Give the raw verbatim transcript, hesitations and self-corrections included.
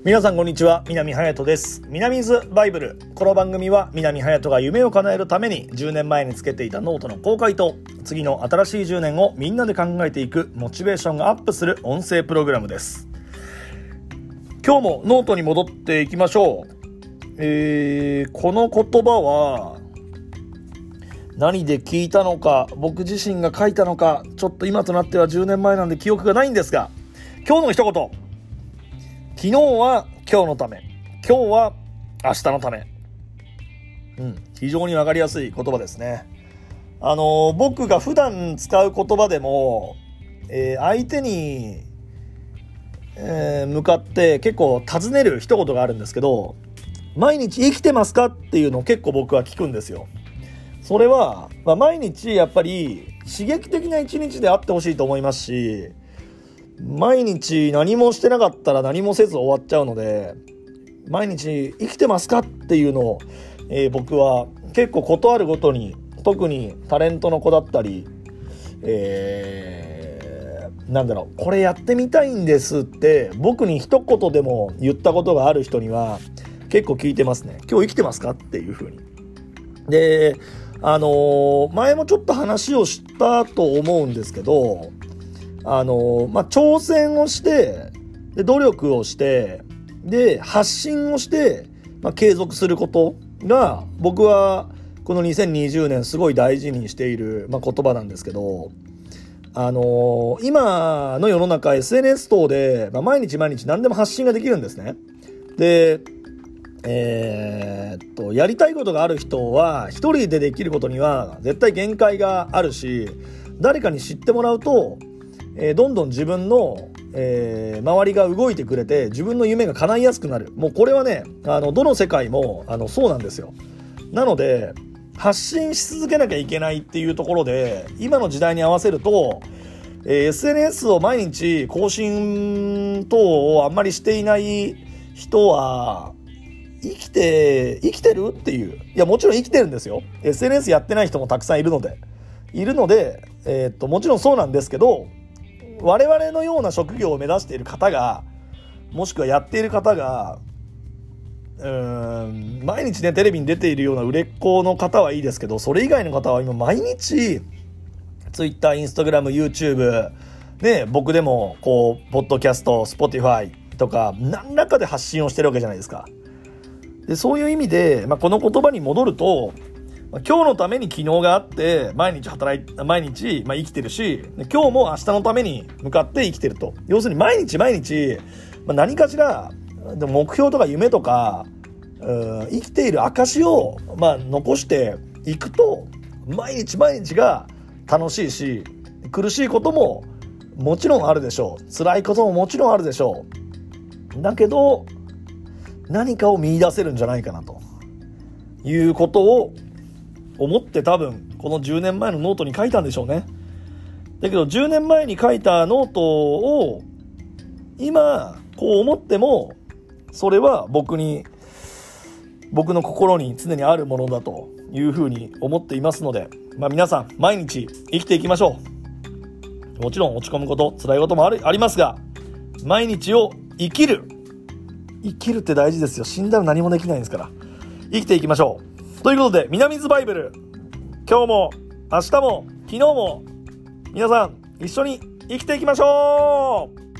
皆さんこんにちは、南隼人です。南ズバイブル。この番組は南隼人が夢を叶えるためにじゅうねんまえにつけていたノートの公開と次の新しいじゅうねんをみんなで考えていくモチベーションがアップする音声プログラムです。今日もノートに戻っていきましょう。えー、この言葉は何で聞いたのか、僕自身が書いたのか、ちょっと今となってはじゅうねんまえなんで記憶がないんですが、今日の一言。昨日は今日のため、今日は明日のため。うん、非常にわかりやすい言葉ですね。あの僕が普段使う言葉でも、えー、相手に、えー、向かって結構尋ねる一言があるんですけど、毎日生きてますかっていうのを結構僕は聞くんですよ。それは、まあ、毎日やっぱり刺激的な一日であってほしいと思いますし、毎日何もしてなかったら何もせず終わっちゃうので、毎日生きてますかっていうのを、えー、僕は結構ことあるごとに、特にタレントの子だったり、えー、なんだろうこれやってみたいんですって僕に一言でも言ったことがある人には結構聞いてますね。今日生きてますかっていう風に。で、あのー、前もちょっと話をしたと思うんですけど、あのまあ、挑戦をしてで努力をしてで発信をして、まあ、継続することが僕はこのにせんにじゅうねんすごい大事にしている、まあ、言葉なんですけど、あの今の世の中 エスエヌエス 等で、まあ、毎日毎日何でも発信ができるんですね。でえー、っとやりたいことがある人は一人でできることには絶対限界があるし、誰かに知ってもらうとえー、どんどん自分の、えー、周りが動いてくれて自分の夢が叶いやすくなる。もうこれはね、あのどの世界もあのそうなんですよ。なので発信し続けなきゃいけないっていうところで、今の時代に合わせると、えー、エスエヌエス を毎日更新等をあんまりしていない人は生きて生きてるっていう、いやもちろん生きてるんですよ。 エスエヌエス やってない人もたくさんいるのでいるので、えー、っともちろんそうなんですけど、我々のような職業を目指している方が、もしくはやっている方が、うーん毎日ねテレビに出ているような売れっ子の方はいいですけど、それ以外の方は今毎日 Twitter、Instagram、YouTube ね、僕でもこうポッドキャスト、Spotify とか何らかで発信をしてるわけじゃないですか。でそういう意味で、まあ、この言葉に戻ると、今日のために昨日があって毎日働い毎日、まあ、生きてるし、今日も明日のために向かって生きてると。要するに毎日毎日、まあ、何かしら目標とか夢とかうん生きている証を、まあ、残していくと、毎日毎日が楽しいし、苦しいことももちろんあるでしょう。辛いことももちろんあるでしょう。だけど何かを見出せるんじゃないかなということを思って多分このじゅうねんまえのノートに書いたんでしょうね。だけどじゅうねんまえに書いたノートを今こう思っても、それは僕に僕の心に常にあるものだというふうに思っていますので、まあ、皆さん毎日生きていきましょう。もちろん落ち込むこと、辛いこともあるありますが、毎日を生きる生きるって大事ですよ。死んだら何もできないんですから、生きていきましょう。ということで、南ズバイブル、今日も明日も昨日も皆さん一緒に生きていきましょう。